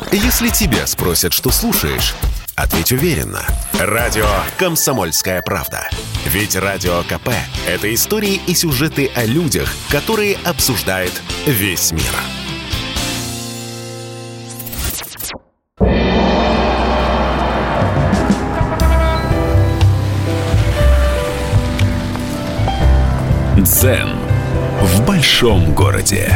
Если тебя спросят, что слушаешь, ответь уверенно. Радио «Комсомольская правда». Ведь Радио КП – это истории и сюжеты о людях, которые обсуждает весь мир. Дзен в большом городе.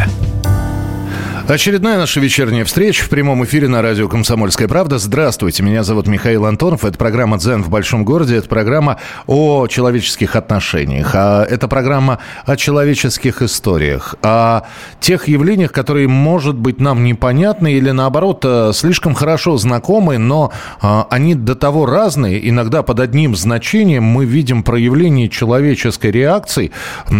Очередная наша вечерняя встреча в прямом эфире на радио «Комсомольская правда». Здравствуйте, меня зовут Михаил Антонов. Это программа «Дзен в большом городе». Это программа о человеческих отношениях. Это программа о человеческих историях. О тех явлениях, которые, может быть, нам непонятны или, наоборот, слишком хорошо знакомы, но они до того разные. Иногда под одним значением мы видим проявление человеческой реакции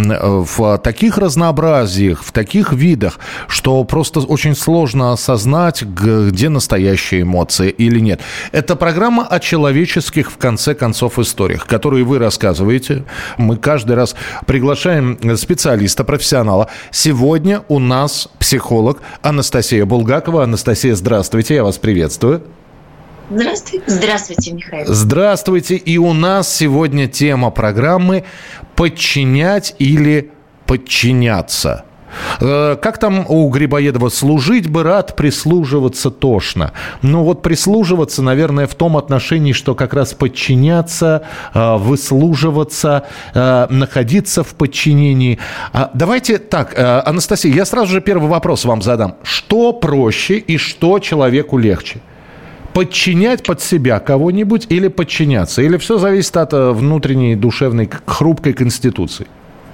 в таких разнообразиях, в таких видах, что просто очень сложно осознать, где настоящие эмоции или нет. Это программа о человеческих, в конце концов, историях, которые вы рассказываете. Мы каждый раз приглашаем специалиста, профессионала. Сегодня у нас психолог Анастасия Булгакова. Анастасия, здравствуйте, я вас приветствую. Здравствуйте. Здравствуйте, Михаил. Здравствуйте. И у нас сегодня тема программы «Подчинять или подчиняться». Как там у Грибоедова? «Служить бы рад, прислуживаться тошно». Ну вот прислуживаться, наверное, в том отношении, что как раз подчиняться, выслуживаться, находиться в подчинении. Давайте так, Анастасия, я сразу же первый вопрос вам задам. Что проще и что человеку легче? Подчинять под себя кого-нибудь или подчиняться? Или все зависит от внутренней душевной хрупкой конституции?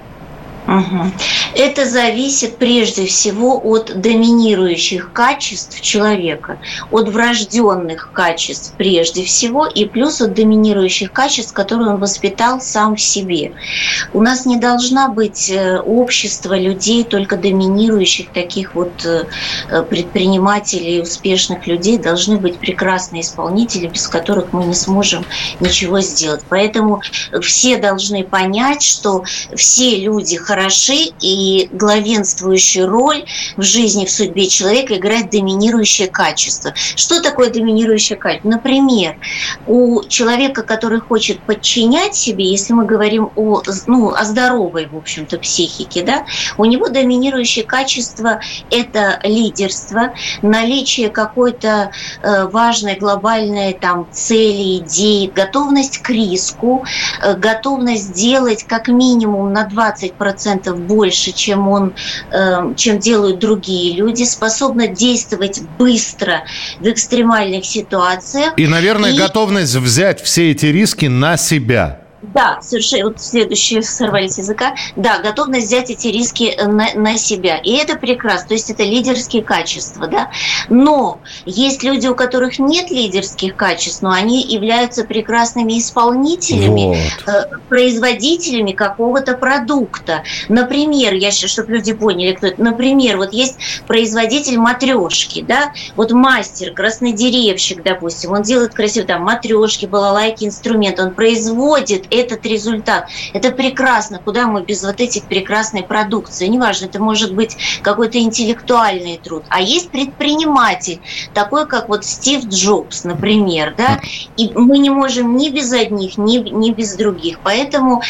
Угу. Это зависит прежде всего от доминирующих качеств человека, от врожденных качеств прежде всего, и плюс от доминирующих качеств, которые он воспитал сам в себе. У нас не должна быть общество людей, только доминирующих, таких вот предпринимателей, успешных людей. Должны быть прекрасные исполнители, без которых мы не сможем ничего сделать. Поэтому все должны понять, что все люди хороши, и главенствующую роль в жизни, в судьбе человека играет доминирующее качество. Что такое доминирующее качество? Например, у человека, который хочет подчинять себе, если мы говорим о здоровой, в общем-то, психике, да, у него доминирующее качество – это лидерство, наличие какой-то важной глобальной цели, идеи, готовность к риску, готовность делать как минимум на 20% больше, чем делают другие люди, способна действовать быстро в экстремальных ситуациях. И, наверное, готовность взять все эти риски на себя. Да, совершенно. Вот следующее, сорвались с языка. Да, готовность взять эти риски на себя. И это прекрасно. То есть это лидерские качества, да. Но есть люди, у которых нет лидерских качеств, но они являются прекрасными исполнителями, производителями какого-то продукта. Например, я сейчас, чтобы люди поняли, кто это. Например, вот есть производитель матрешки, да. Вот мастер, краснодеревщик, допустим, он делает красиво матрешки, балалайки, инструменты, он производит этот результат. Это прекрасно. Куда мы без вот этих прекрасной продукции? Неважно, это может быть какой-то интеллектуальный труд. А есть предприниматель, такой как вот Стив Джобс, например, да, и мы не можем ни без одних, ни без других. Поэтому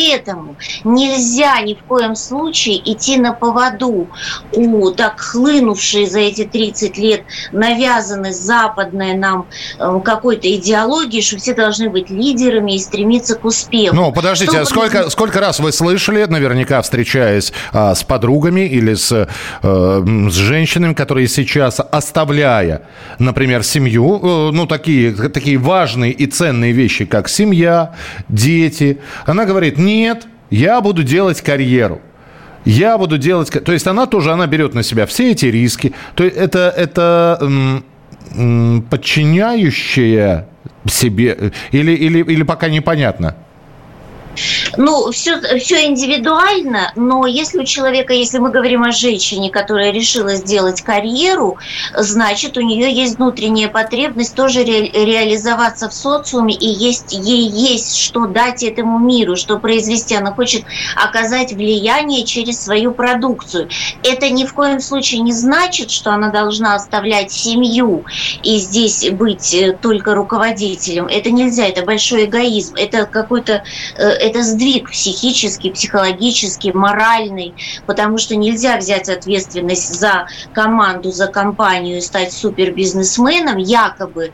нельзя ни в коем случае идти на поводу у так хлынувшей за эти 30 лет навязанной западной нам какой-то идеологии, что все должны быть лидерами и стремиться к успеху. Ну, подождите, сколько раз вы слышали, наверняка встречаясь с подругами или с женщинами, которые сейчас, оставляя, например, семью, такие важные и ценные вещи, как семья, дети, она говорит: нет, я буду делать карьеру. То есть она берет на себя все эти риски. То есть это подчиняющая себе или пока непонятно? Все индивидуально, но если у человека, если мы говорим о женщине, которая решила сделать карьеру, значит, у нее есть внутренняя потребность тоже реализоваться в социуме, и ей есть что дать этому миру, что произвести. Она хочет оказать влияние через свою продукцию. Это ни в коем случае не значит, что она должна оставлять семью и здесь быть только руководителем. Это нельзя, это большой эгоизм, это какой-то это сдвиг психический, психологический, моральный, потому что нельзя взять ответственность за команду, за компанию и стать супербизнесменом, якобы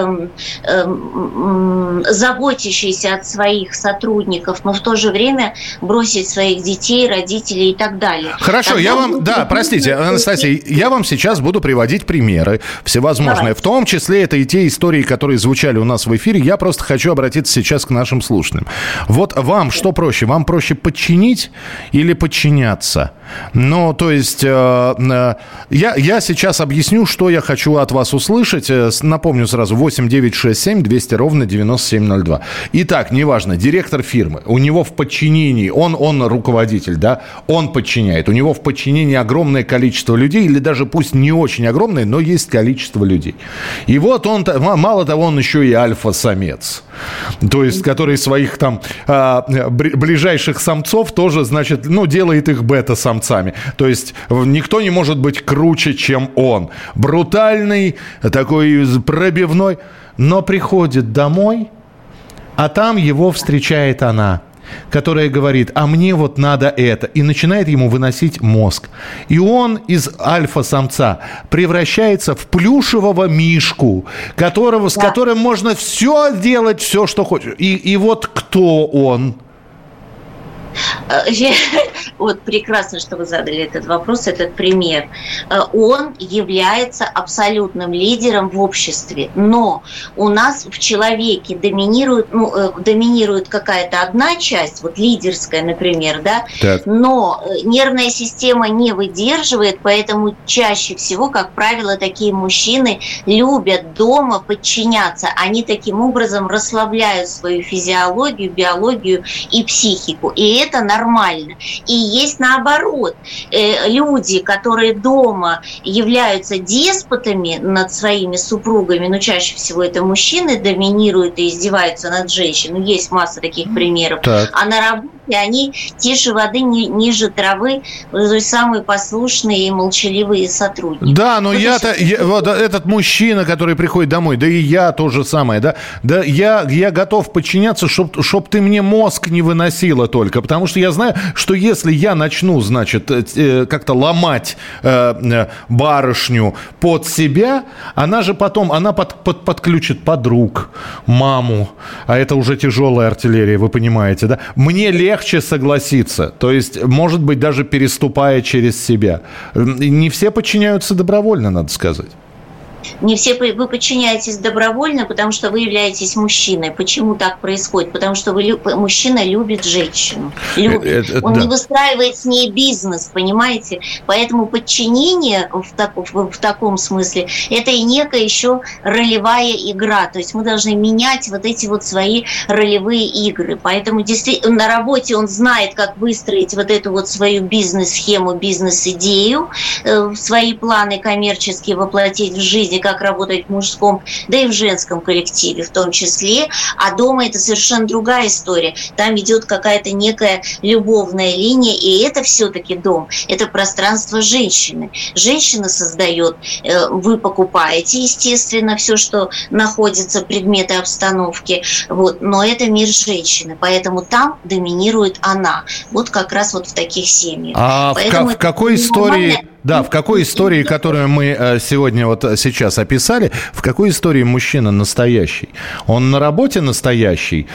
заботящийся о своих сотрудников, но в то же время бросить своих детей, родителей и так далее. Хорошо, простите, Анастасия, я вам сейчас буду приводить примеры всевозможные. Давайте. В том числе это и те истории, которые звучали у нас в эфире. Я просто хочу обратиться сейчас к нашим слушателям. Вот вам что проще? Вам проще подчинить или подчиняться? Ну, то есть, я сейчас объясню, что я хочу от вас услышать. Напомню сразу, 8-967-200-97-02. Итак, неважно, директор фирмы, у него в подчинении, он руководитель, да, он подчиняет. У него в подчинении огромное количество людей, или даже пусть не очень огромное, но есть количество людей. И вот он, мало того, он еще и альфа-самец. То есть, который своих там ближайших самцов тоже, значит, делает их бета-самцами. То есть, никто не может быть круче, чем он. Брутальный, такой пробивной, но приходит домой, а там его встречает она, которая говорит, а мне вот надо это, и начинает ему выносить мозг. И он из альфа-самца превращается в плюшевого мишку, с которым можно все делать, все, что хочешь. И вот кто он? Вот прекрасно, что вы задали этот вопрос, этот пример. Он является абсолютным лидером в обществе, но у нас в человеке доминирует какая-то одна часть, вот лидерская, например, да, так. Но нервная система не выдерживает, поэтому чаще всего, как правило, такие мужчины любят дома подчиняться. Они таким образом расслабляют свою физиологию, биологию и психику. И это нормально. И есть наоборот. Люди, которые дома являются деспотами над своими супругами, но чаще всего это мужчины доминируют и издеваются над женщиной. Есть масса таких примеров. Так. А на работе они тише воды, ниже травы, то есть самые послушные и молчаливые сотрудники. Да, но вот этот мужчина, который приходит домой, да и я то же самое, да я готов подчиняться, чтоб ты мне мозг не выносила только, потому что я знаю, что если я начну, значит, как-то ломать барышню под себя, она же потом, подключит подруг, маму, а это уже тяжелая артиллерия, вы понимаете, да? Мне легче согласиться, то есть, может быть, даже переступая через себя. Не все подчиняются добровольно, надо сказать. Не все вы подчиняетесь добровольно, потому что вы являетесь мужчиной. Почему так происходит? Потому что мужчина любит женщину. Он не выстраивает с ней бизнес, понимаете? Поэтому подчинение в таком смысле – это и некая еще ролевая игра. То есть мы должны менять вот эти вот свои ролевые игры. Поэтому действительно на работе он знает, как выстроить вот эту вот свою бизнес-схему, бизнес-идею, свои планы коммерческие воплотить в жизнь, как работать в мужском, да и в женском коллективе в том числе. А дома это совершенно другая история. Там идет какая-то некая любовная линия, и это все-таки дом. Это пространство женщины. Женщина создает, вы покупаете, естественно, все, что находится, предметы обстановки, вот, но это мир женщины, поэтому там доминирует она. Вот как раз вот в таких семьях. А в какой истории... Да, в какой истории, которую мы сегодня вот сейчас описали, в какой истории мужчина настоящий? Он на работе настоящий,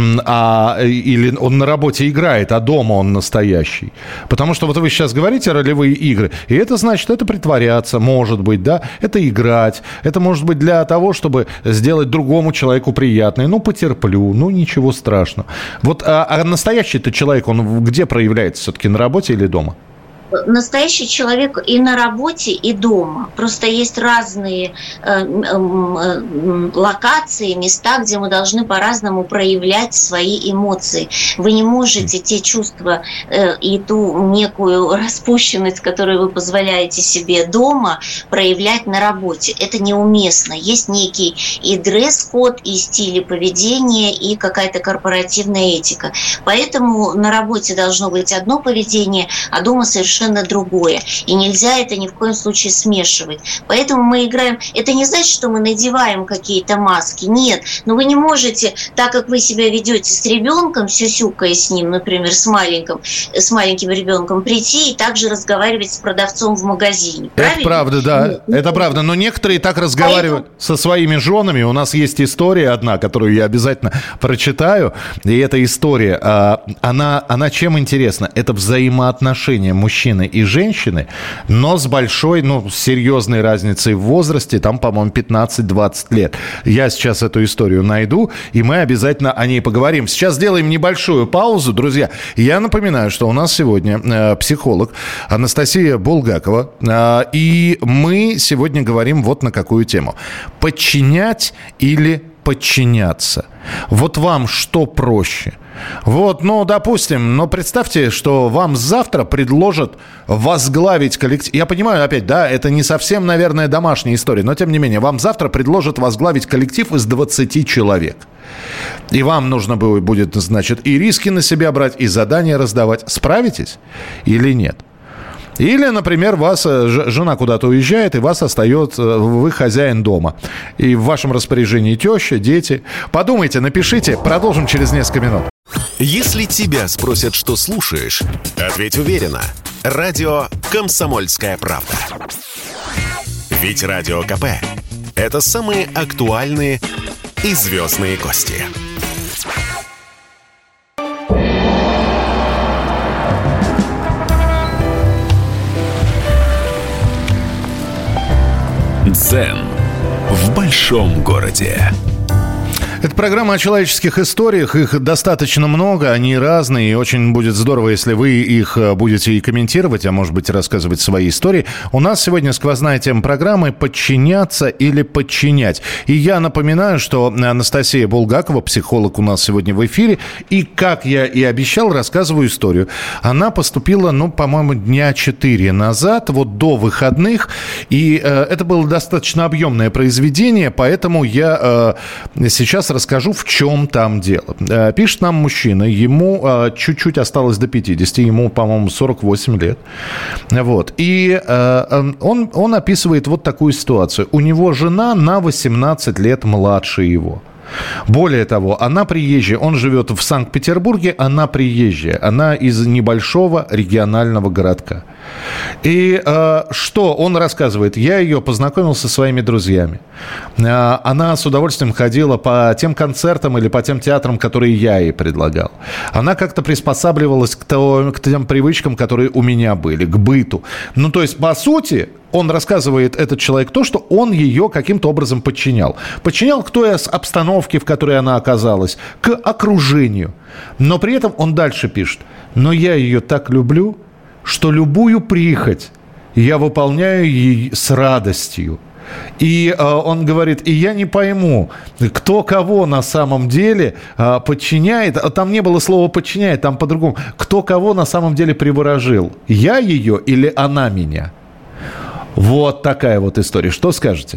или он на работе играет, а дома он настоящий? Потому что вот вы сейчас говорите ролевые игры, и это значит, это притворяться, может быть, да, это играть, это может быть для того, чтобы сделать другому человеку приятное. Ну, потерплю, ну, ничего страшного. Вот, а настоящий-то человек, он где проявляется все-таки, на работе или дома? Настоящий человек и на работе, и дома. Просто есть разные локации, места, где мы должны по-разному проявлять свои эмоции. Вы не можете те чувства и ту некую распущенность, которую вы позволяете себе дома, проявлять на работе. Это неуместно. Есть некий и дресс-код, и стили поведения, и какая-то корпоративная этика. Поэтому на работе должно быть одно поведение, а дома совершенно другое. И нельзя это ни в коем случае смешивать. Поэтому мы играем... Это не значит, что мы надеваем какие-то маски. Нет. Но вы не можете, так как вы себя ведете с ребенком, сюсюкая с ним, например, с маленьким ребенком, прийти и также разговаривать с продавцом в магазине. Правильно? Это правда, да. Это правда. Но некоторые так разговаривают со своими женами. У нас есть история одна, которую я обязательно прочитаю. И эта история, она чем интересна? Это взаимоотношения мужчины и женщины, но с большой, с серьезной разницей в возрасте, там, по-моему, 15-20 лет. Я сейчас эту историю найду, и мы обязательно о ней поговорим. Сейчас сделаем небольшую паузу, друзья. Я напоминаю, что у нас сегодня психолог Анастасия Булгакова, и мы сегодня говорим вот на какую тему. Подчинять или подчиняться? Вот вам что проще? Допустим, представьте, что вам завтра предложат возглавить коллектив. Я понимаю, опять, да, это не совсем, наверное, домашняя история, но тем не менее, вам завтра предложат возглавить коллектив из 20 человек. И вам нужно будет, и риски на себя брать, и задания раздавать. Справитесь или нет? Или, например, вас жена куда-то уезжает, и вас остается, вы хозяин дома. И в вашем распоряжении теща, дети. Подумайте, напишите, продолжим через несколько минут. Если тебя спросят, что слушаешь, ответь уверенно. Радио «Комсомольская правда». Ведь Радио КП – это самые актуальные и звездные гости. Дзен в большом городе. Это программа о человеческих историях. Их достаточно много, они разные. И очень будет здорово, если вы их будете и комментировать, а может быть рассказывать свои истории. У нас сегодня сквозная тема программы «Подчиняться или подчинять». И я напоминаю, что Анастасия Булгакова, психолог, у нас сегодня в эфире. И, как я и обещал, рассказываю историю. Она поступила, по-моему, дня 4 назад, до выходных. И это было достаточно объемное произведение, поэтому я сейчас расскажу, в чем там дело. Пишет нам мужчина, ему чуть-чуть осталось до 50, ему, по-моему, 48 лет. И он описывает вот такую ситуацию. У него жена на 18 лет младше его. Более того, она приезжая, он живет в Санкт-Петербурге, она приезжая, она из небольшого регионального городка. И что он рассказывает? Я ее познакомил со своими друзьями. Она с удовольствием ходила по тем концертам или по тем театрам, которые я ей предлагал. Она как-то приспосабливалась к тем привычкам, которые у меня были, к быту. То есть, по сути, он рассказывает, этот человек, то, что он ее каким-то образом подчинял. Подчинял к той обстановке, в которой она оказалась, к окружению. Но при этом он дальше пишет. Но я ее так люблю, что любую прихоть я выполняю ей с радостью. И он говорит, и я не пойму, кто кого на самом деле подчиняет. Там не было слова «подчиняет», там по-другому. Кто кого на самом деле приворожил. Я ее или она меня? Вот такая вот история. Что скажете?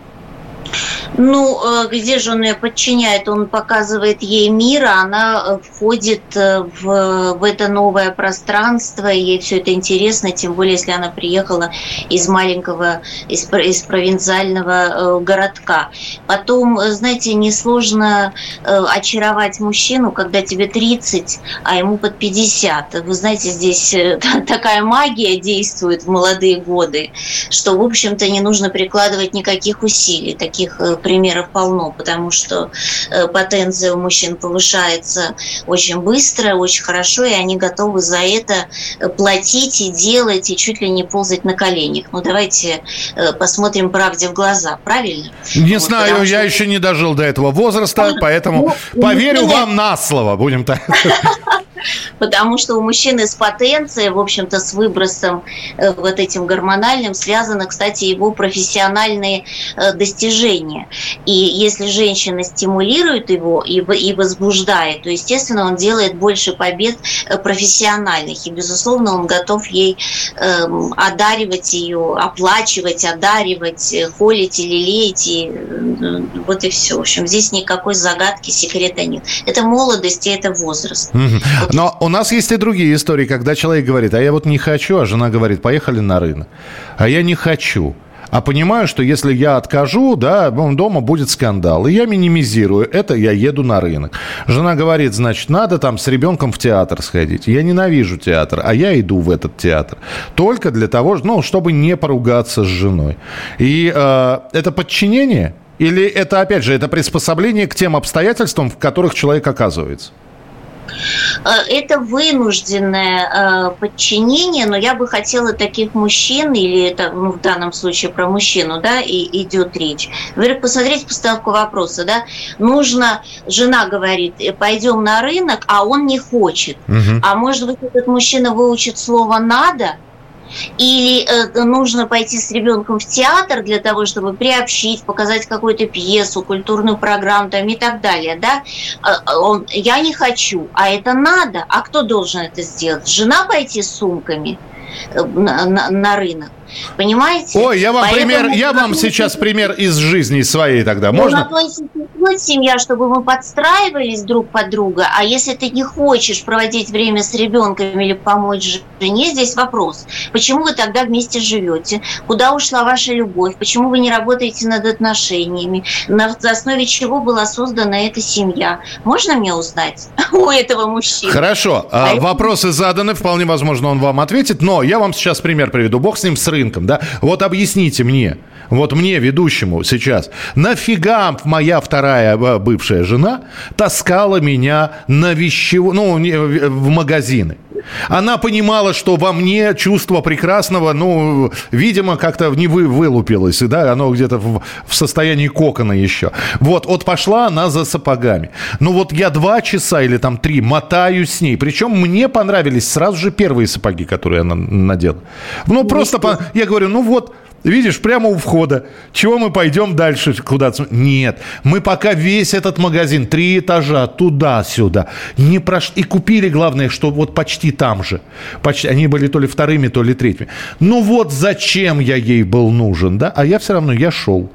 Где же он ее подчиняет? Он показывает ей мир, а она входит в это новое пространство, ей все это интересно, тем более, если она приехала из маленького, из провинциального городка. Потом, знаете, несложно очаровать мужчину, когда тебе 30, а ему под 50. Вы знаете, здесь такая магия действует в молодые годы, что, в общем-то, не нужно прикладывать никаких усилий. Таких примеров полно, потому что потенция у мужчин повышается очень быстро, очень хорошо, и они готовы за это платить и делать, и чуть ли не ползать на коленях. Давайте посмотрим правде в глаза, правильно? Не знаю, я еще не дожил до этого возраста, поэтому поверю вам на слово, будем так. Потому что у мужчины с потенцией, в общем-то, с выбросом вот этим гормональным связаны, кстати, его профессиональные достижения. И если женщина стимулирует его и возбуждает, то, естественно, он делает больше побед профессиональных. И, безусловно, он готов ей одаривать ее, оплачивать, одаривать, холить или лелеять. И вот и все. В общем, здесь никакой загадки, секрета нет. Это молодость и это возраст. Но у нас есть и другие истории, когда человек говорит, а я вот не хочу, а жена говорит, поехали на рынок. А я не хочу. А понимаю, что если я откажу, да, дома будет скандал. И я минимизирую это, я еду на рынок. Жена говорит, значит, надо там с ребенком в театр сходить. Я ненавижу театр, а я иду в этот театр. Только для того, чтобы не поругаться с женой. И это подчинение? Или это, опять же, это приспособление к тем обстоятельствам, в которых человек оказывается? Это вынужденное подчинение, но я бы хотела таких мужчин, или это, в данном случае про мужчину, да, и идет речь. Во-первых, посмотреть постановку вопроса, да. Нужно, жена говорит, пойдем на рынок, а он не хочет. Угу. А может быть, этот мужчина выучит слово «надо», или нужно пойти с ребенком в театр для того, чтобы приобщить, показать какую-то пьесу, культурную программу там, и так далее. Да? Я не хочу, а это надо. А кто должен это сделать? Жена пойти с сумками на рынок? Понимаете? Ой, я вам сейчас пример из жизни своей тогда. Можно? На то и существует семья, чтобы мы подстраивались друг под друга. А если ты не хочешь проводить время с ребенком или помочь жене, здесь вопрос. Почему вы тогда вместе живете? Куда ушла ваша любовь? Почему вы не работаете над отношениями? На основе чего была создана эта семья? Можно мне узнать у этого мужчины? Хорошо. Вопросы заданы. Вполне возможно, он вам ответит. Но я вам сейчас пример приведу. Бог с ним, с рынком, да? Вот объясните мне, вот мне, ведущему сейчас, нафига моя вторая бывшая жена таскала меня на в магазины? Она понимала, что во мне чувство прекрасного, видимо, как-то не вылупилось, да, оно где-то в состоянии кокона еще. Вот пошла она за сапогами. Я 2 часа или 3 мотаюсь с ней. Причем мне понравились сразу же первые сапоги, которые она надела. Я говорю, видишь, прямо у входа. Чего мы пойдем дальше куда-то? Нет. Мы пока весь этот магазин, 3 этажа, туда-сюда, не прошли. И купили, главное, что почти там же. Они были то ли вторыми, то ли третьими. Зачем я ей был нужен, да? А я все равно, я шел.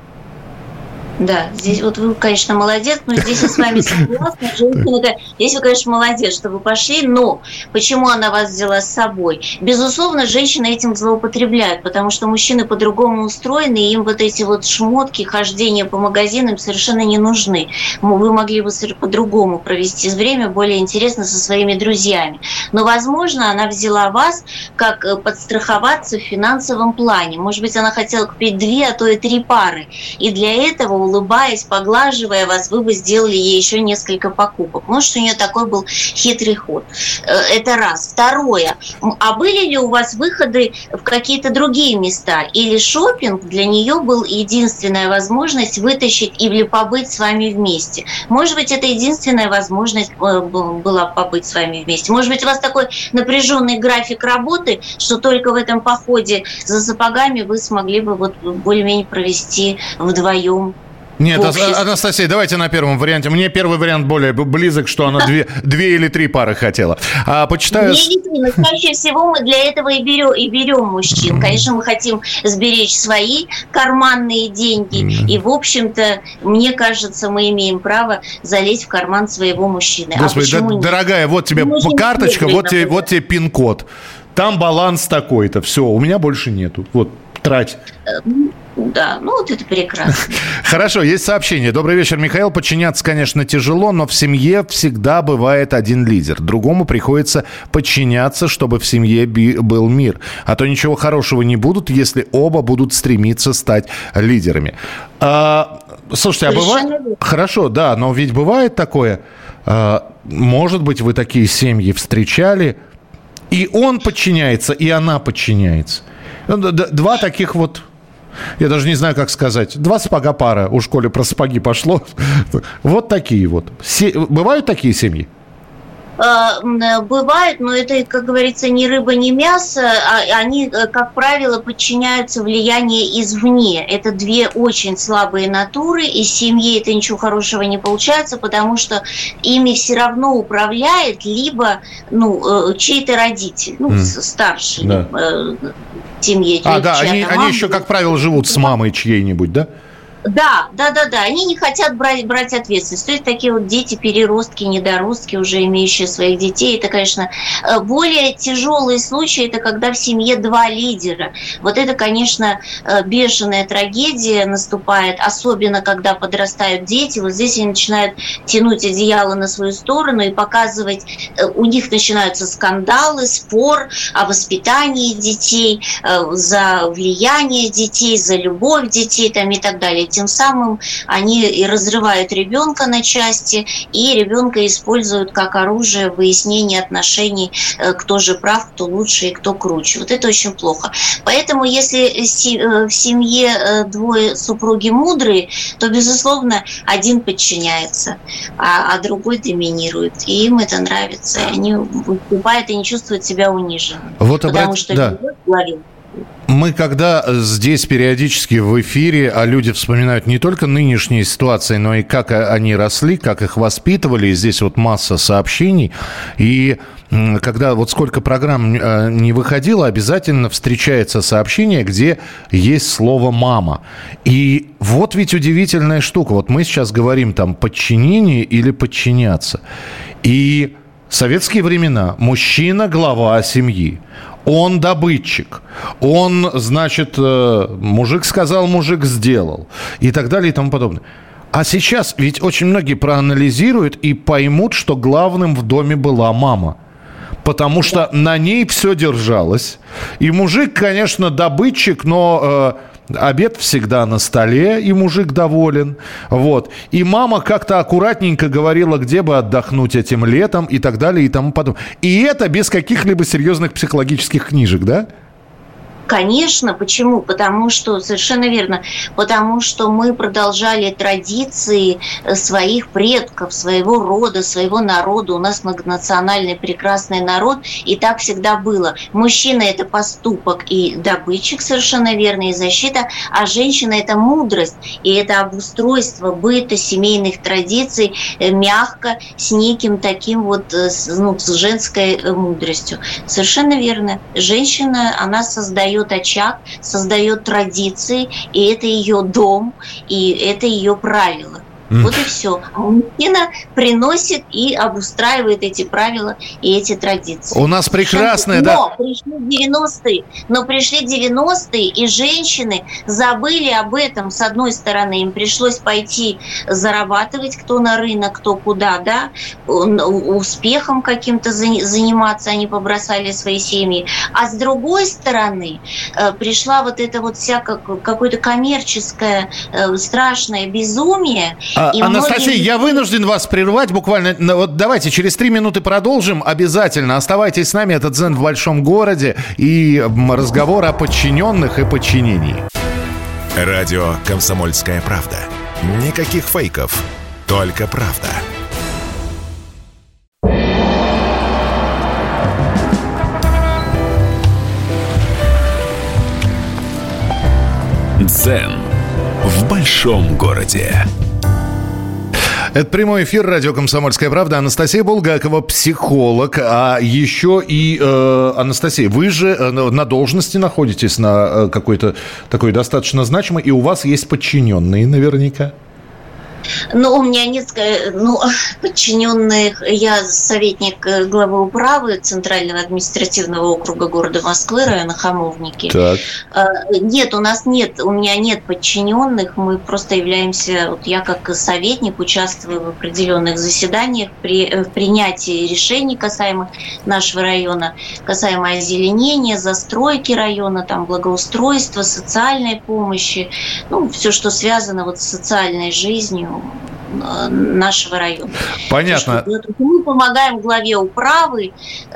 Да, здесь вы, конечно, молодец, но здесь я с вами согласна. Женщина, здесь вы, конечно, молодец, что вы пошли, но почему она вас взяла с собой? Безусловно, женщины этим злоупотребляют, потому что мужчины по-другому устроены, и им эти шмотки, хождение по магазинам совершенно не нужны. Вы могли бы по-другому провести время, более интересно со своими друзьями. Но, возможно, она взяла вас как подстраховаться в финансовом плане. Может быть, она хотела купить 2, а то и 3 пары. И для этого, улыбаясь, поглаживая вас, вы бы сделали ей еще несколько покупок. Может, у нее такой был хитрый ход. Это раз. Второе. А были ли у вас выходы в какие-то другие места? Или шопинг для нее был единственная возможность вытащить или побыть с вами вместе? Может быть, это единственная возможность была побыть с вами вместе. Может быть, у вас такой напряженный график работы, что только в этом походе за сапогами вы смогли бы более-менее провести вдвоем. Нет, Анастасия, давайте на первом варианте. Мне первый вариант более близок, что она 2 или 3 пары хотела. Почитаю... Не, чаще всего мы для этого и берем мужчин. Конечно, мы хотим сберечь свои карманные деньги. И, в общем-то, мне кажется, мы имеем право залезть в карман своего мужчины. Господи, дорогая, вот тебе карточка, вот тебе пин-код. Там баланс такой-то. Все, у меня больше нету. Трать. Да, это прекрасно. Хорошо, есть сообщение. Добрый вечер, Михаил. Подчиняться, конечно, тяжело, но в семье всегда бывает один лидер. Другому приходится подчиняться, чтобы в семье был мир. А то ничего хорошего не будут, если оба будут стремиться стать лидерами. Слушайте, бывает... Хорошо, да, но ведь бывает такое. Может быть, вы такие семьи встречали, и он подчиняется, и она подчиняется. 2 таких я даже не знаю, как сказать. 2 сапога пара. У школе про сапоги пошло. Вот такие вот. Бывают такие семьи? Бывают, но это, как говорится, ни рыба, ни мясо. Они, как правило, подчиняются влиянию извне. Это две очень слабые натуры, и в семье это ничего хорошего не получается, потому что ими все равно управляет либо чей-то родитель, старший в семье. Они еще, как правило, живут с мамой чьей-нибудь, да? Да. Они не хотят брать ответственность. То есть такие вот дети, переростки, недоростки, уже имеющие своих детей. Это, конечно, более тяжелые случаи, это когда в семье два лидера. Вот это, конечно, бешеная трагедия наступает, особенно когда подрастают дети. Вот здесь они начинают тянуть одеяло на свою сторону и показывать, у них начинаются скандалы, спор о воспитании детей, за влияние детей, за любовь детей и так далее. Тем самым они и разрывают ребенка на части, и ребенка используют как оружие выяснения отношений, кто же прав, кто лучше и кто круче. Вот это очень плохо. Поэтому, если в семье двое супруги мудрые, то, безусловно, один подчиняется, а другой доминирует. И им это нравится. И они выступают и не чувствуют себя униженными. Потому что ребенок в голове. Мы, когда здесь периодически в эфире, а люди вспоминают не только нынешние ситуации, но и как они росли, как их воспитывали, и здесь вот масса сообщений. И когда вот сколько программ не выходило, обязательно встречается сообщение, где есть слово «мама». И вот ведь удивительная штука. Вот мы сейчас говорим там подчинение или подчиняться. И в советские времена мужчина – глава семьи. Он добытчик, он, значит, мужик сказал, мужик сделал, и так далее, и тому подобное. А сейчас ведь очень многие проанализируют и поймут, что главным в доме была мама. Потому что на ней все держалось. И мужик, конечно, добытчик, но обед всегда на столе, и мужик доволен. Вот. И мама как-то аккуратненько говорила, где бы отдохнуть этим летом, и так далее, и тому подобное. И это без каких-либо серьезных психологических книжек, да? Конечно. Почему? Потому что, совершенно верно, потому что мы продолжали традиции своих предков, своего рода, своего народа. У нас многонациональный прекрасный народ, и так всегда было. Мужчина – это поступок и добытчик, совершенно верно, и защита, а женщина – это мудрость, и это обустройство быта, семейных традиций, мягко, с неким таким вот, с женской мудростью. Совершенно верно. Женщина, она создает очаг, создает традиции, и это ее дом, и это ее правила. Вот и все. А мужчина приносит и обустраивает эти правила и эти традиции. У нас прекрасная, да. Но пришли 90-е, и женщины забыли об этом. С одной стороны, им пришлось пойти зарабатывать, кто на рынок, кто куда, да, успехом каким-то заниматься, они побросали свои семьи. А с другой стороны, пришла вот это вот какое-то коммерческое страшное безумие. Анастасия, я вынужден вас прервать буквально. Вот давайте через 3 минуты продолжим. Обязательно оставайтесь с нами. Это «Дзен в большом городе» и разговор о подчиненных и подчинении. Радио «Комсомольская правда». Никаких фейков, только правда. «Дзен в большом городе». Это прямой эфир радио «Комсомольская правда». Анастасия Булгакова, психолог. А еще и, Анастасия, вы же на должности находитесь, на какой-то такой достаточно значимой, и у вас есть подчиненные наверняка. У меня нет подчиненных. Я советник главы управы Центрального административного округа города Москвы, района Хамовники. Так. Нет, у меня нет подчиненных. Мы просто являемся, я как советник участвую в определенных заседаниях в принятии решений касаемо нашего района, касаемо озеленения, застройки района, благоустройства, социальной помощи, все, что связано с социальной жизнью нашего района. Понятно. Мы помогаем главе управы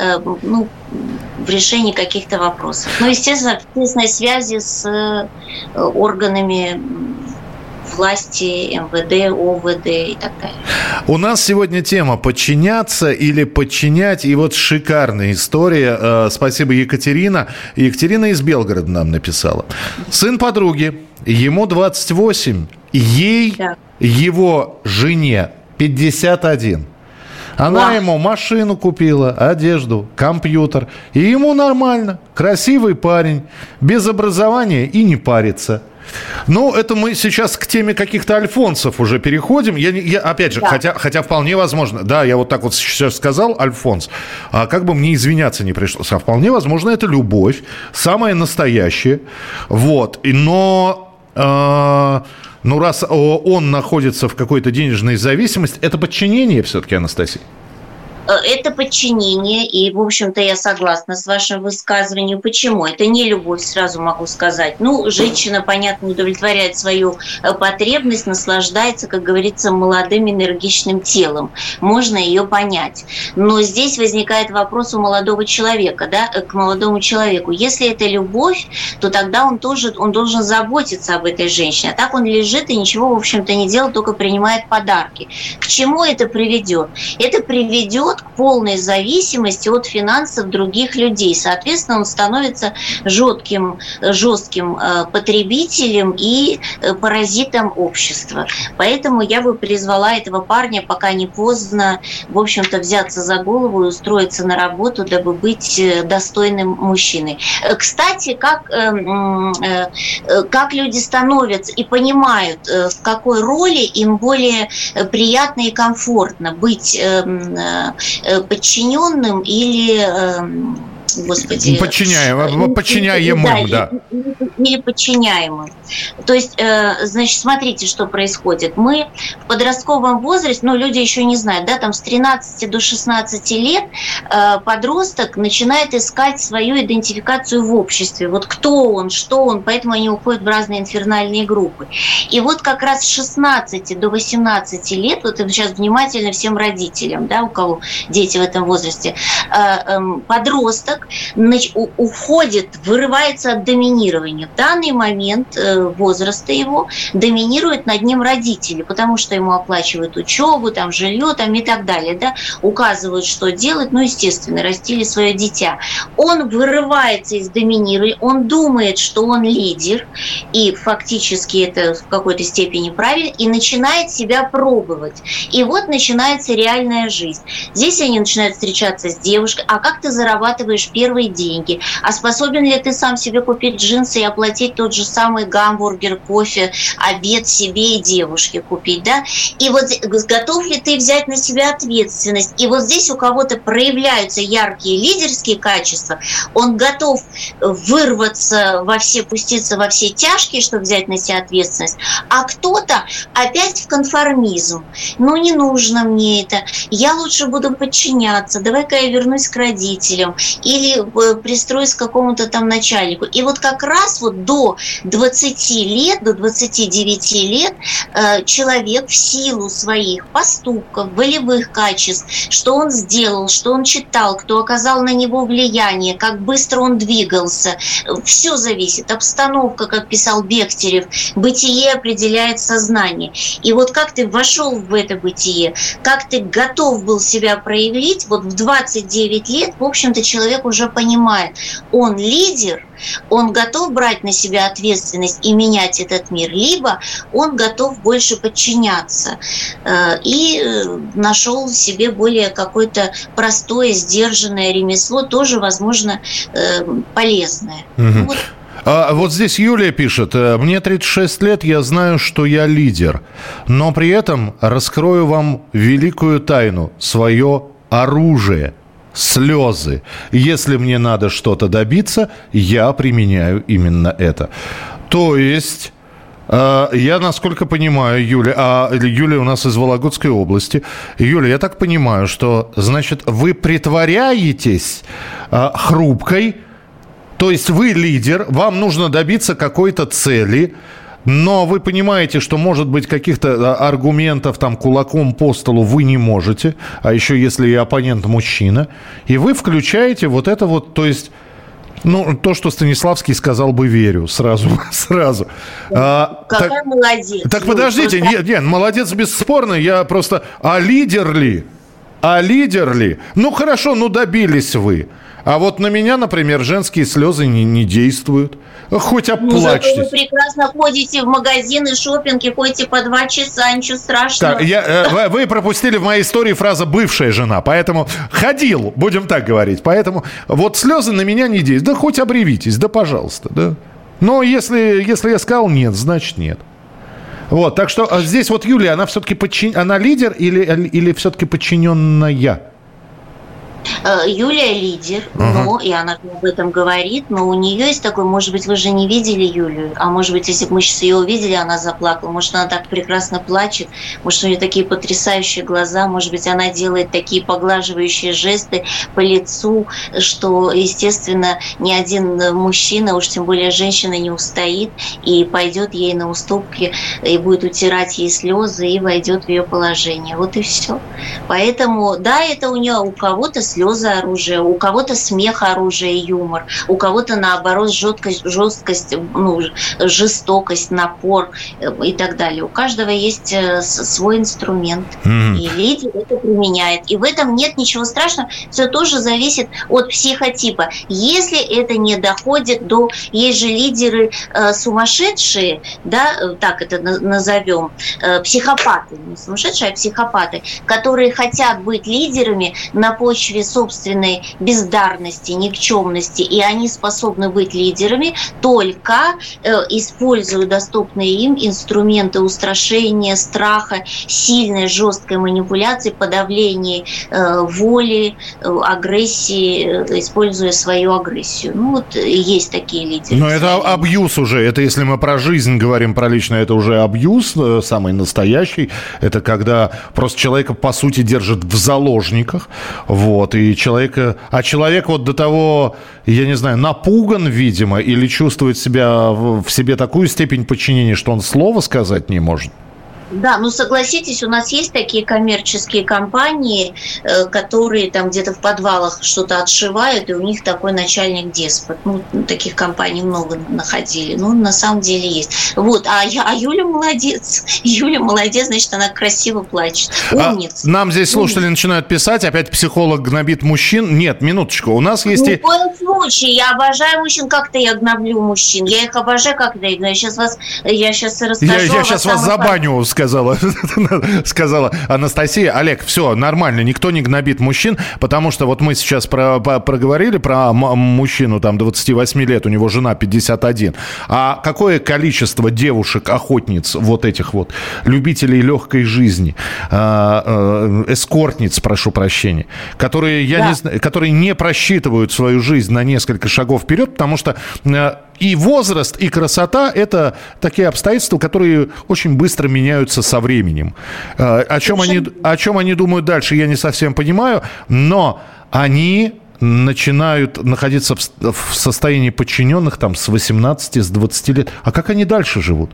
в решении каких-то вопросов. Естественно, в тесной связи с органами власти, МВД, ОВД и так далее. У нас сегодня тема «Подчиняться или подчинять». И вот шикарная история. Спасибо, Екатерина. Екатерина из Белгорода нам написала. Сын подруги, ему 28, ей, его жене 51. Она ему машину купила, одежду, компьютер. И ему нормально. Красивый парень, без образования и не парится. Ну, это мы сейчас к теме каких-то альфонсов уже переходим. Я опять же, хотя вполне возможно, да, я вот так вот сейчас сказал, альфонс, а как бы мне извиняться не пришлось. А вполне возможно, это любовь, самая настоящая. Вот, но... Ну, раз он находится в какой-то денежной зависимости, это подчинение все-таки, Анастасия? Это подчинение, и, в общем-то, я согласна с вашим высказыванием. Почему? Это не любовь, сразу могу сказать. Ну, женщина, понятно, удовлетворяет свою потребность, наслаждается, как говорится, молодым энергичным телом. Можно ее понять. Но здесь возникает вопрос у молодого человека, да, к молодому человеку. Если это любовь, то тогда он должен заботиться об этой женщине. А так он лежит и ничего, в общем-то, не делает, только принимает подарки. К чему это приведет? Это приведет к полной зависимости от финансов других людей. Соответственно, он становится жестким потребителем и паразитом общества. Поэтому я бы призвала этого парня, пока не поздно, в общем-то, взяться за голову и устроиться на работу, дабы быть достойным мужчиной. Кстати, как люди становятся и понимают, в какой роли им более приятно и комфортно быть подчиненным или, подчиняемым, да. Или подчиняемым. То есть, значит, смотрите, что происходит. Мы в подростковом возрасте, люди еще не знают, да, там с 13 до 16 лет подросток начинает искать свою идентификацию в обществе. Вот кто он, что он, поэтому они уходят в разные инфернальные группы. И вот как раз с 16 до 18 лет, вот сейчас внимательно всем родителям, да, у кого дети в этом возрасте, подросток уходит, вырывается от доминирования. В данный момент возраста его доминируют над ним родители, потому что ему оплачивают учебу, там, жилье там, и так далее, да, указывают, что делать, естественно, растили свое дитя. Он вырывается из доминирования, он думает, что он лидер, и фактически это в какой-то степени правильно, и начинает себя пробовать. И вот начинается реальная жизнь. Здесь они начинают встречаться с девушкой. А как ты зарабатываешь первые деньги? А способен ли ты сам себе купить джинсы и оплатить тот же самый гамбургер, кофе, обед себе и девушке купить, да? И вот готов ли ты взять на себя ответственность? И вот здесь у кого-то проявляются яркие лидерские качества. Он готов вырваться пуститься во все тяжкие, чтобы взять на себя ответственность. А кто-то опять в конформизм. Не нужно мне это. Я лучше буду подчиняться. Давай-ка я вернусь к родителям. Или пристроюсь к какому-то там начальнику. И вот как раз вот до 20 лет, до 29 лет человек в силу своих поступков, волевых качеств, что он сделал, что он читал, кто оказал на него влияние, как быстро он двигался, все зависит. Обстановка, как писал Бехтерев, бытие определяет сознание. И вот как ты вошел в это бытие, как ты готов был себя проявить, вот в 29 лет, в общем-то, человек уже понимает, он лидер, он готов брать на себя ответственность и менять этот мир, либо он готов больше подчиняться и нашел в себе более какое-то простое, сдержанное ремесло, тоже, возможно, полезное. Угу. Вот здесь Юлия пишет: мне 36 лет, я знаю, что я лидер, но при этом раскрою вам великую тайну, свое оружие. Слезы. Если мне надо что-то добиться, я применяю именно это. То есть, я, насколько понимаю, Юля, Юля у нас из Вологодской области. Юля, я так понимаю, что, значит, вы притворяетесь хрупкой, то есть вы лидер, вам нужно добиться какой-то цели, но вы понимаете, что, может быть, каких-то аргументов там кулаком по столу вы не можете, а еще если и оппонент мужчина, и вы включаете вот это вот, то есть Ну, то, что Станиславский сказал бы, верю. Сразу. Какая молодец. Так подождите, нет, молодец бесспорно. Я просто... А лидер ли? Ну, хорошо, добились вы. А вот на меня, например, женские слезы не действуют. Хоть оплачьтесь. Зато вы прекрасно ходите в магазины, шопинги, ходите по 2 часа, ничего страшного. Так, вы пропустили в моей истории фразу «бывшая жена», поэтому ходил, будем так говорить. Поэтому вот слезы на меня не действуют. Да хоть обревитесь, да пожалуйста. Да. Но если я сказал нет, значит нет. Вот, так что здесь вот Юлия, она все-таки она лидер или все-таки подчиненная? Юлия лидер, и она об этом говорит, но у нее есть такой, может быть, вы же не видели Юлию, а может быть, если бы мы сейчас ее увидели, она заплакала, может, она так прекрасно плачет, может, у нее такие потрясающие глаза, может быть, она делает такие поглаживающие жесты по лицу, что, естественно, ни один мужчина, уж тем более женщина, не устоит и пойдет ей на уступки, и будет утирать ей слезы, и войдет в ее положение. Вот и все. Поэтому, да, это у нее у кого-то слезы оружие, у кого-то смех оружие, юмор, у кого-то наоборот жесткость, жестокость, напор и так далее. У каждого есть свой инструмент, и лидер это применяет. И в этом нет ничего страшного, все тоже зависит от психотипа. Если это не доходит до... Есть же лидеры сумасшедшие, да, так это назовем, психопаты, не сумасшедшие, а психопаты, которые хотят быть лидерами на почве собственной бездарности, никчемности, и они способны быть лидерами только используя доступные им инструменты устрашения, страха, сильной, жесткой манипуляции, подавления воли, агрессии, используя свою агрессию. Ну вот есть такие лидеры. Но это абьюз уже. Это если мы про жизнь говорим, про личное, это уже абьюз самый настоящий. Это когда просто человека, по сути, держат в заложниках. Вот. И человек вот до того, я не знаю, напуган, видимо, или чувствует в себе такую степень подчинения, что он слова сказать не может. Да, согласитесь, у нас есть такие коммерческие компании, которые там где-то в подвалах что-то отшивают, и у них такой начальник-деспот. Таких компаний много находили. На самом деле есть. Вот, а Юля молодец. Юля молодец, значит, она красиво плачет. Умница. Нам здесь слушатели начинают писать, опять психолог гнобит мужчин. Нет, минуточку, у нас есть... Ни в коем случае, я обожаю мужчин, как-то я гноблю мужчин. Я их обожаю, как-то я гноблю. Я сейчас расскажу. Я сейчас вас забаню, сказала Анастасия. Олег, все нормально, никто не гнобит мужчин, потому что вот мы сейчас проговорили про мужчину там 28 лет, у него жена 51. А какое количество девушек-охотниц, вот этих вот любителей легкой жизни, эскортниц, прошу прощения, которые, которые не просчитывают свою жизнь на несколько шагов вперед, потому что и возраст, и красота – это такие обстоятельства, которые очень быстро меняются со временем. О чем они думают дальше, я не совсем понимаю, но они начинают находиться в состоянии подчиненных там, с 18, с 20 лет. А как они дальше живут?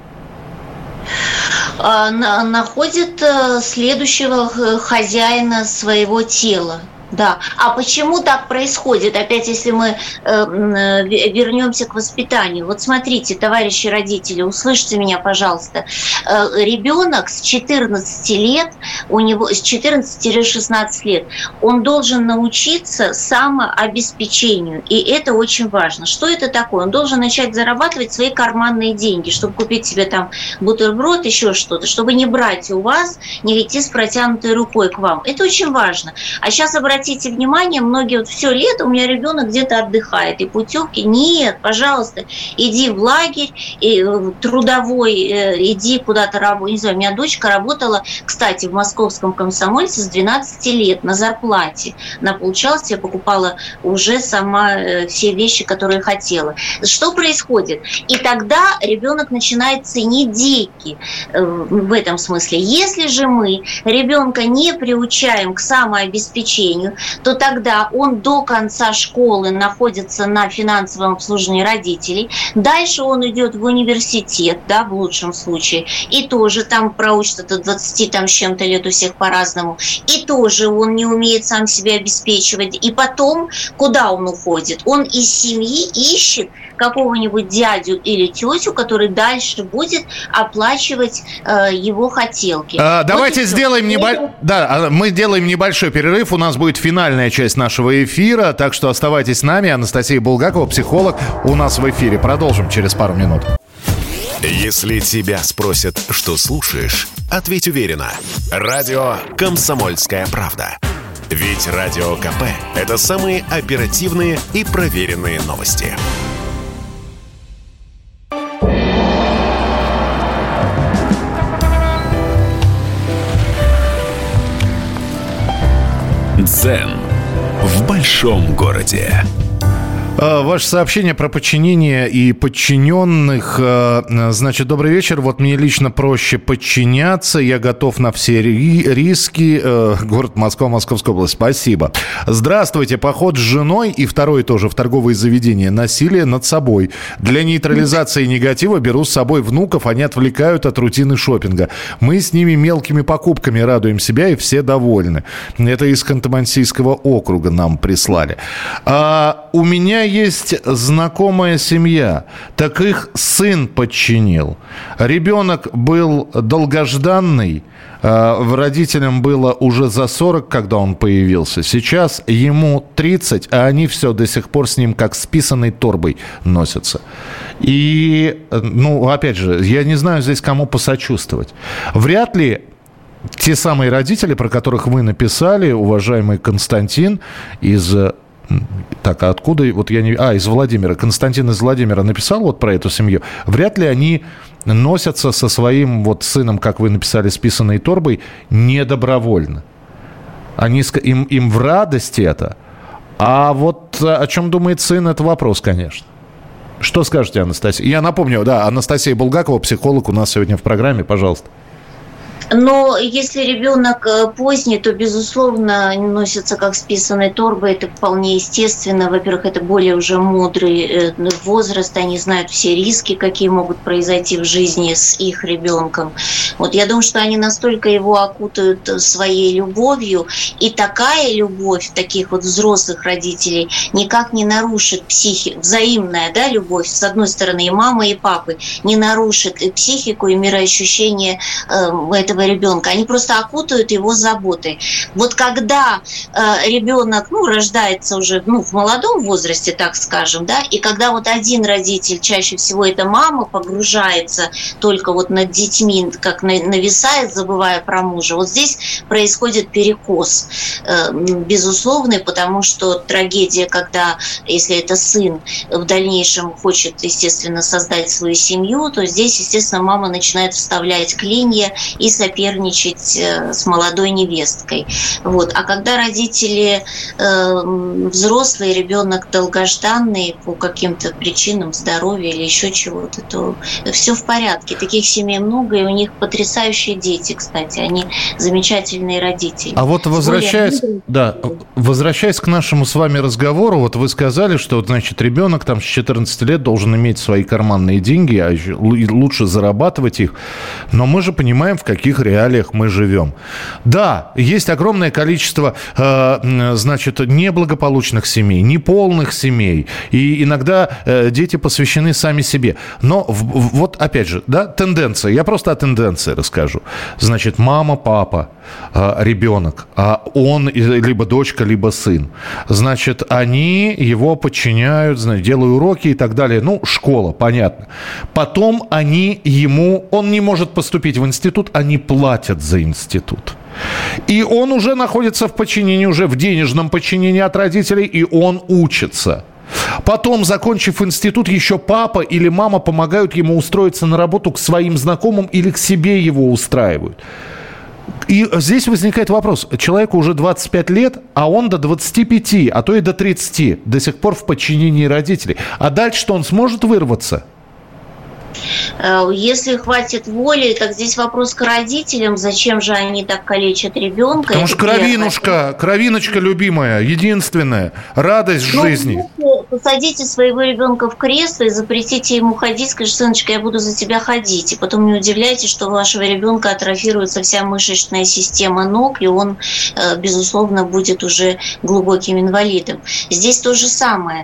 Находят следующего хозяина своего тела. Да. А почему так происходит? Опять, если мы вернемся к воспитанию. Вот смотрите, товарищи родители, услышьте меня, пожалуйста. Ребенок с 14 лет, у него с 14-16 лет, он должен научиться самообеспечению. И это очень важно. Что это такое? Он должен начать зарабатывать свои карманные деньги, чтобы купить себе там бутерброд, еще что-то, чтобы не брать у вас, не идти с протянутой рукой к вам. Это очень важно. А сейчас обратите внимание, многие все лето у меня ребенок где-то отдыхает, и путевки. Нет, пожалуйста, иди в лагерь, трудовой, иди куда-то работать. Не знаю, у меня дочка работала, кстати, в московском комсомольце с 12 лет на зарплате. Она получалась, я покупала уже сама все вещи, которые хотела. Что происходит? И тогда ребенок начинает ценить деньги в этом смысле. Если же мы ребенка не приучаем к самообеспечению, семью, то тогда он до конца школы находится на финансовом обслуживании родителей. Дальше он идет в университет, да, в лучшем случае, и тоже там проучится до 20 там, с чем-то лет у всех по-разному. И тоже он не умеет сам себя обеспечивать. И потом, куда он уходит? Он из семьи ищет какого-нибудь дядю или тетю, который дальше будет оплачивать его хотелки. Давайте сделаем мы делаем небольшой перерыв. У нас будет финальная часть нашего эфира, так что оставайтесь с нами. Анастасия Булгакова, психолог, у нас в эфире. Продолжим через пару минут. Если тебя спросят, что слушаешь, ответь уверенно. Радио «Комсомольская правда». Ведь Радио КП – это самые оперативные и проверенные новости. Дзен в большом городе. Ваше сообщение про подчинение и подчиненных. Значит, добрый вечер. Вот мне лично проще подчиняться. Я готов на все риски. Город Москва, Московская область. Спасибо. Здравствуйте. Поход с женой и второй тоже в торговые заведения. Насилие над собой. Для нейтрализации негатива беру с собой внуков. Они отвлекают от рутины шопинга. Мы с ними мелкими покупками радуем себя, и все довольны. Это из Ханты-Мансийского округа нам прислали. У меня есть знакомая семья, так их сын подчинил. Ребенок был долгожданный, родителям было уже за 40, когда он появился. Сейчас ему 30, а они все до сих пор с ним как с писаной торбой носятся. И, опять же, я не знаю здесь, кому посочувствовать. Вряд ли те самые родители, про которых вы написали, уважаемый Константин из... Так, а откуда? Вот я не... из Владимира. Константин из Владимира написал вот про эту семью. Вряд ли они носятся со своим вот сыном, как вы написали, с писаной торбой, недобровольно. Им в радости это. А вот о чем думает сын, это вопрос, конечно. Что скажете, Анастасия? Я напомню, Анастасия Булгакова, психолог, у нас сегодня в программе. Пожалуйста. Но если ребенок поздний, то, безусловно, носится как с писаной торбой. Это вполне естественно. Во-первых, это более уже мудрый возраст. Они знают все риски, какие могут произойти в жизни с их ребенком. Вот я думаю, что они настолько его окутают своей любовью. И такая любовь таких вот взрослых родителей никак не нарушит взаимная, любовь, с одной стороны, и мамы, и папы, не нарушит и психику, и мироощущение этого ребенка. Они просто окутают его заботой. Вот когда ребенок, рождается уже, в молодом возрасте, так скажем, и когда вот один родитель, чаще всего это мама, погружается только вот над детьми, как нависает, забывая про мужа, вот здесь происходит перекос безусловный, потому что трагедия, когда, если это сын, в дальнейшем хочет, естественно, создать свою семью, то здесь, естественно, мама начинает вставлять клинья и соперничать с молодой невесткой. Вот. А когда родители взрослые, ребенок долгожданный по каким-то причинам здоровья или еще чего-то, то все в порядке. Таких семей много, и у них потрясающие дети, кстати. Они замечательные родители. А вот возвращаясь к нашему с вами разговору, вот вы сказали, что, значит, ребенок там с 14 лет должен иметь свои карманные деньги, а еще лучше зарабатывать их. Но мы же понимаем, в каких реалиях мы живем. Да, есть огромное количество, неблагополучных семей, неполных семей. И иногда дети посвящены сами себе. Но вот опять же, тенденция. Я просто о тенденции расскажу. Значит, мама, папа, ребенок, а он либо дочка, либо сын. Значит, они его подчиняют, делают уроки и так далее. Школа, понятно. Потом он не может поступить в институт, они платят за институт. И он уже находится в подчинении, уже в денежном подчинении от родителей, и он учится. Потом, закончив институт, еще папа или мама помогают ему устроиться на работу к своим знакомым или к себе его устраивают. И здесь возникает вопрос. Человеку уже 25 лет, а он до 25, а то и до 30 до сих пор в подчинении родителей. А дальше-то он сможет вырваться? Если хватит воли, так здесь вопрос к родителям. Зачем же они так калечат ребенка? Потому что кровиночка любимая, единственная, радость жизни. Посадите своего ребенка в кресло и запретите ему ходить, скажите: сыночка, я буду за тебя ходить. И потом не удивляйтесь, что у вашего ребенка атрофируется вся мышечная система ног, и он, безусловно, будет уже глубоким инвалидом. Здесь то же самое.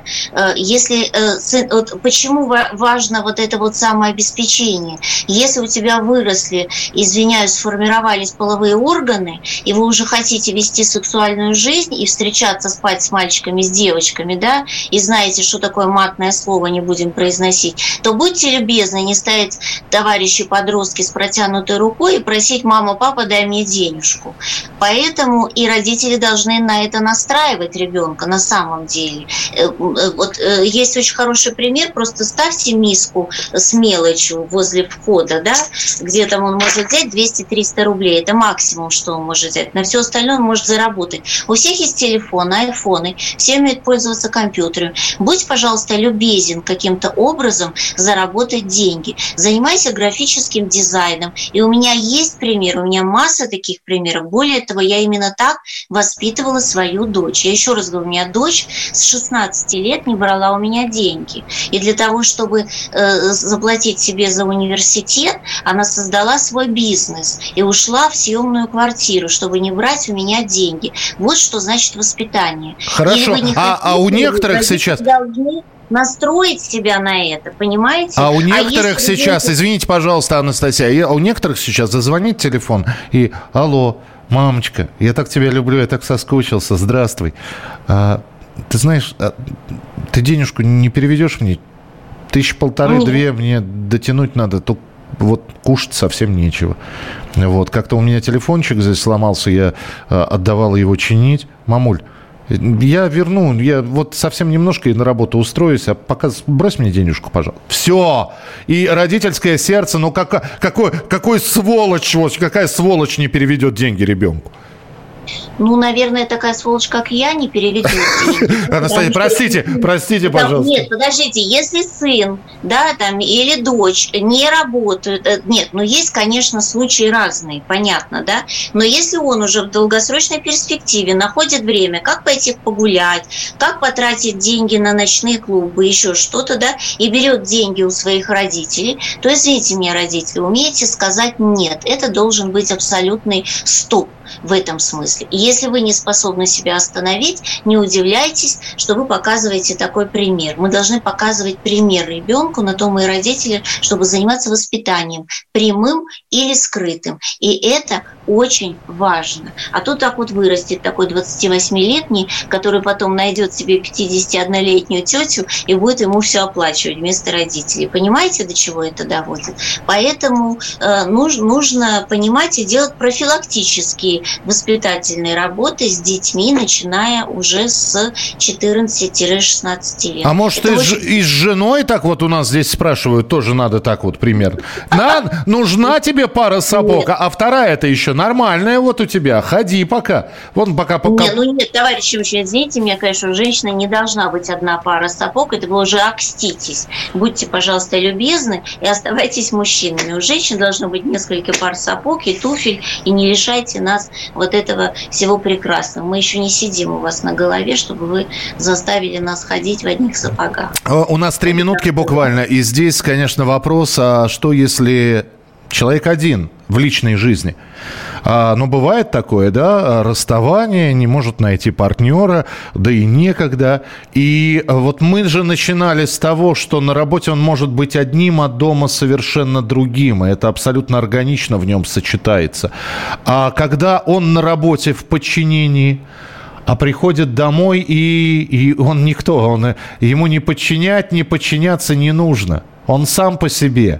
Почему важно вот это вот самообеспечение? Если у тебя выросли, извиняюсь, сформировались половые органы, и вы уже хотите вести сексуальную жизнь и встречаться, спать с мальчиками, с девочками, да, и знаете, что такое матное слово, не будем произносить, то будьте любезны не стоять, товарищи-подростки, с протянутой рукой и просить: мама, папа, дай мне денежку. Поэтому и родители должны на это настраивать ребенка на самом деле. Вот есть очень хороший пример, просто ставьте миску с мелочью возле входа, да, где там он может взять 200-300 рублей, это максимум, что он может взять, на все остальное он может заработать. У всех есть телефоны, айфоны, все умеют пользоваться компьютером. Будь, пожалуйста, любезен каким-то образом заработать деньги. Занимайся графическим дизайном. И у меня есть пример, у меня масса таких примеров. Более того, я именно так воспитывала свою дочь. Я еще раз говорю, у меня дочь с 16 лет не брала у меня деньги. И для того, чтобы заплатить себе за университет, она создала свой бизнес и ушла в съемную квартиру, чтобы не брать у меня деньги. Вот что значит воспитание. Хорошо, а у некоторых сейчас... Должны настроить себя на это, понимаете? А у некоторых сейчас, извините, пожалуйста, Анастасия, у некоторых сейчас зазвонит телефон и: алло, мамочка, я так тебя люблю, я так соскучился, здравствуй. Ты знаешь, ты денежку не переведешь мне? 1,5-2 мне дотянуть надо, только вот кушать совсем нечего. Вот, как-то у меня телефончик здесь сломался, я отдавал его чинить. Мамуль, я верну, я вот совсем немножко и на работу устроюсь, а пока брось мне денежку, пожалуйста. Все. И родительское сердце, ну какой сволочь, вот, какая сволочь не переведет деньги ребенку? Ну, наверное, такая сволочь, как я, не переведет деньги. Анастасия, простите, пожалуйста. Нет, подождите, если сын, да, там, или дочь не работают, нет, ну, есть, конечно, случаи разные, понятно, да, но если он уже в долгосрочной перспективе находит время, как пойти погулять, как потратить деньги на ночные клубы, еще что-то, да, и берет деньги у своих родителей, то, извините меня, родители, умеете сказать нет, это должен быть абсолютный стоп в этом смысле. И если вы не способны себя остановить, не удивляйтесь, что вы показываете такой пример. Мы должны показывать пример ребенку, на то мы и родители, чтобы заниматься воспитанием, прямым или скрытым. И это очень важно. А то так вот вырастет такой 28-летний, который потом найдет себе 51-летнюю тетю и будет ему все оплачивать вместо родителей. Понимаете, до чего это доводит? Поэтому нужно понимать и делать профилактические воспитательные работы с детьми, начиная уже с 14-16 лет. А может, и с женой так вот у нас здесь спрашивают, тоже надо так вот примерно. Нужна тебе пара сапог, а вторая это еще нормальная вот у тебя. Ходи пока. Вон пока. Нет, товарищи, извините меня, конечно, женщина не должна быть одна пара сапог, это вы уже окститесь. Будьте, пожалуйста, любезны и оставайтесь мужчинами. У женщин должно быть несколько пар сапог и туфель, и не лишайте нас вот этого всего прекрасного. Мы еще не сидим у вас на голове, чтобы вы заставили нас ходить в одних сапогах. У нас 3 минутки буквально. И здесь, конечно, вопрос, а что если человек один в личной жизни? Но бывает такое, да, расставание, не может найти партнера, да и некогда. И вот мы же начинали с того, что на работе он может быть одним, а дома совершенно другим. И это абсолютно органично в нем сочетается. А когда он на работе в подчинении, а приходит домой, и он никто, ему не подчинять, не подчиняться не нужно. Он сам по себе.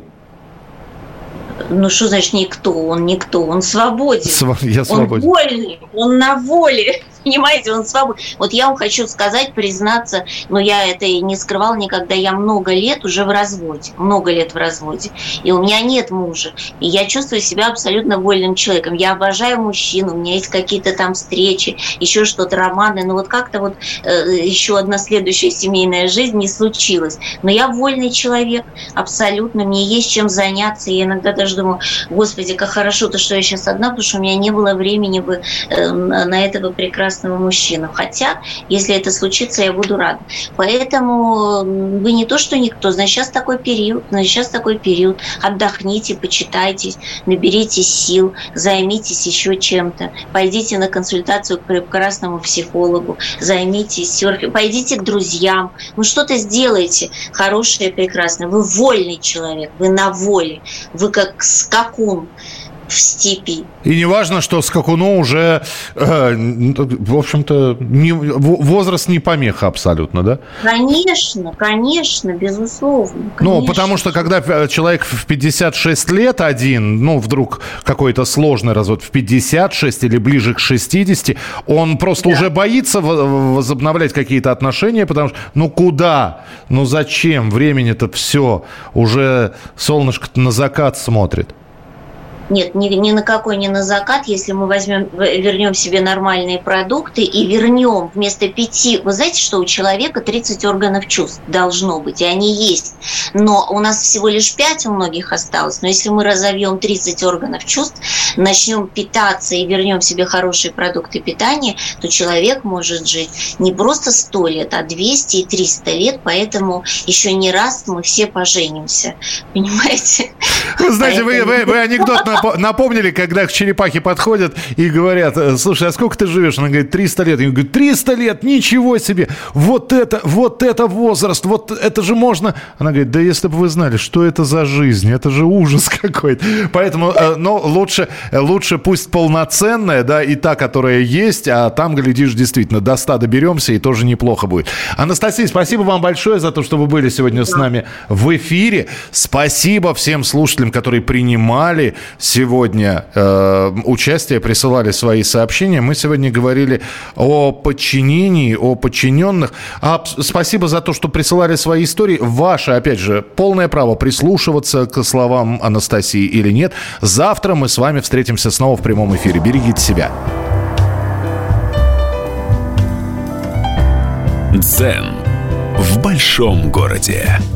Ну, что значит никто? Он никто, он свободен. Я свободен. Он вольный, он на воле. Понимаете, он свободен. Вот я вам хочу сказать, признаться, но я это и не скрывала никогда, я много лет уже в разводе, и у меня нет мужа, и я чувствую себя абсолютно вольным человеком. Я обожаю мужчин, у меня есть какие-то там встречи, еще что-то, романы, но вот как-то вот еще одна следующая семейная жизнь не случилась. Но я вольный человек, абсолютно, мне есть чем заняться. Я иногда даже думаю, господи, как хорошо-то, что я сейчас одна, потому что у меня не было времени бы на этого прекрасного мужчину. Хотя, если это случится, я буду рада. Поэтому вы не то, что никто, значит, сейчас такой период. Отдохните, почитайтесь, наберитесь сил, займитесь еще чем-то. Пойдите на консультацию к прекрасному психологу, займитесь серфингом, пойдите к друзьям. Вы что-то сделаете хорошее, прекрасное. Вы вольный человек, вы на воле, вы как скакун в степи. И не важно, что скакуну уже, в общем-то, возраст не помеха абсолютно, да? Конечно, безусловно. Конечно. Ну, потому что, когда человек в 56 лет один, вдруг какой-то сложный развод в 56 или ближе к 60, он просто уже боится возобновлять какие-то отношения, потому что, куда? Зачем? Времени-то все. Уже солнышко-то на закат смотрит. Нет, ни на какой не на закат. Если мы вернем себе нормальные продукты и вернем вместо 5... Вы знаете, что у человека 30 органов чувств должно быть, и они есть. Но у нас всего лишь 5 у многих осталось. Но если мы разовьем 30 органов чувств, начнем питаться и вернем себе хорошие продукты питания, то человек может жить не просто 100 лет, а 200 и 300 лет. Поэтому еще не раз мы все поженимся. Понимаете? Вы знаете, вы анекдот напомнили, когда к черепахе подходят и говорят: слушай, а сколько ты живешь? Она говорит: 300 лет. Я говорю: 300 лет, ничего себе! Вот это возраст, вот это же можно... Она говорит: да если бы вы знали, что это за жизнь, это же ужас какой-то. Поэтому, лучше пусть полноценная, да, и та, которая есть, а там, глядишь, действительно, до 100 доберемся, и тоже неплохо будет. Анастасия, спасибо вам большое за то, что вы были сегодня с нами в эфире. Спасибо всем слушателям, которые принимали сегодня участие, присылали свои сообщения. Мы сегодня говорили о подчинении, о подчиненных. Спасибо за то, что присылали свои истории. Ваше, опять же, полное право прислушиваться к словам Анастасии или нет. Завтра мы с вами встретимся снова в прямом эфире. Берегите себя. Дзен в большом городе.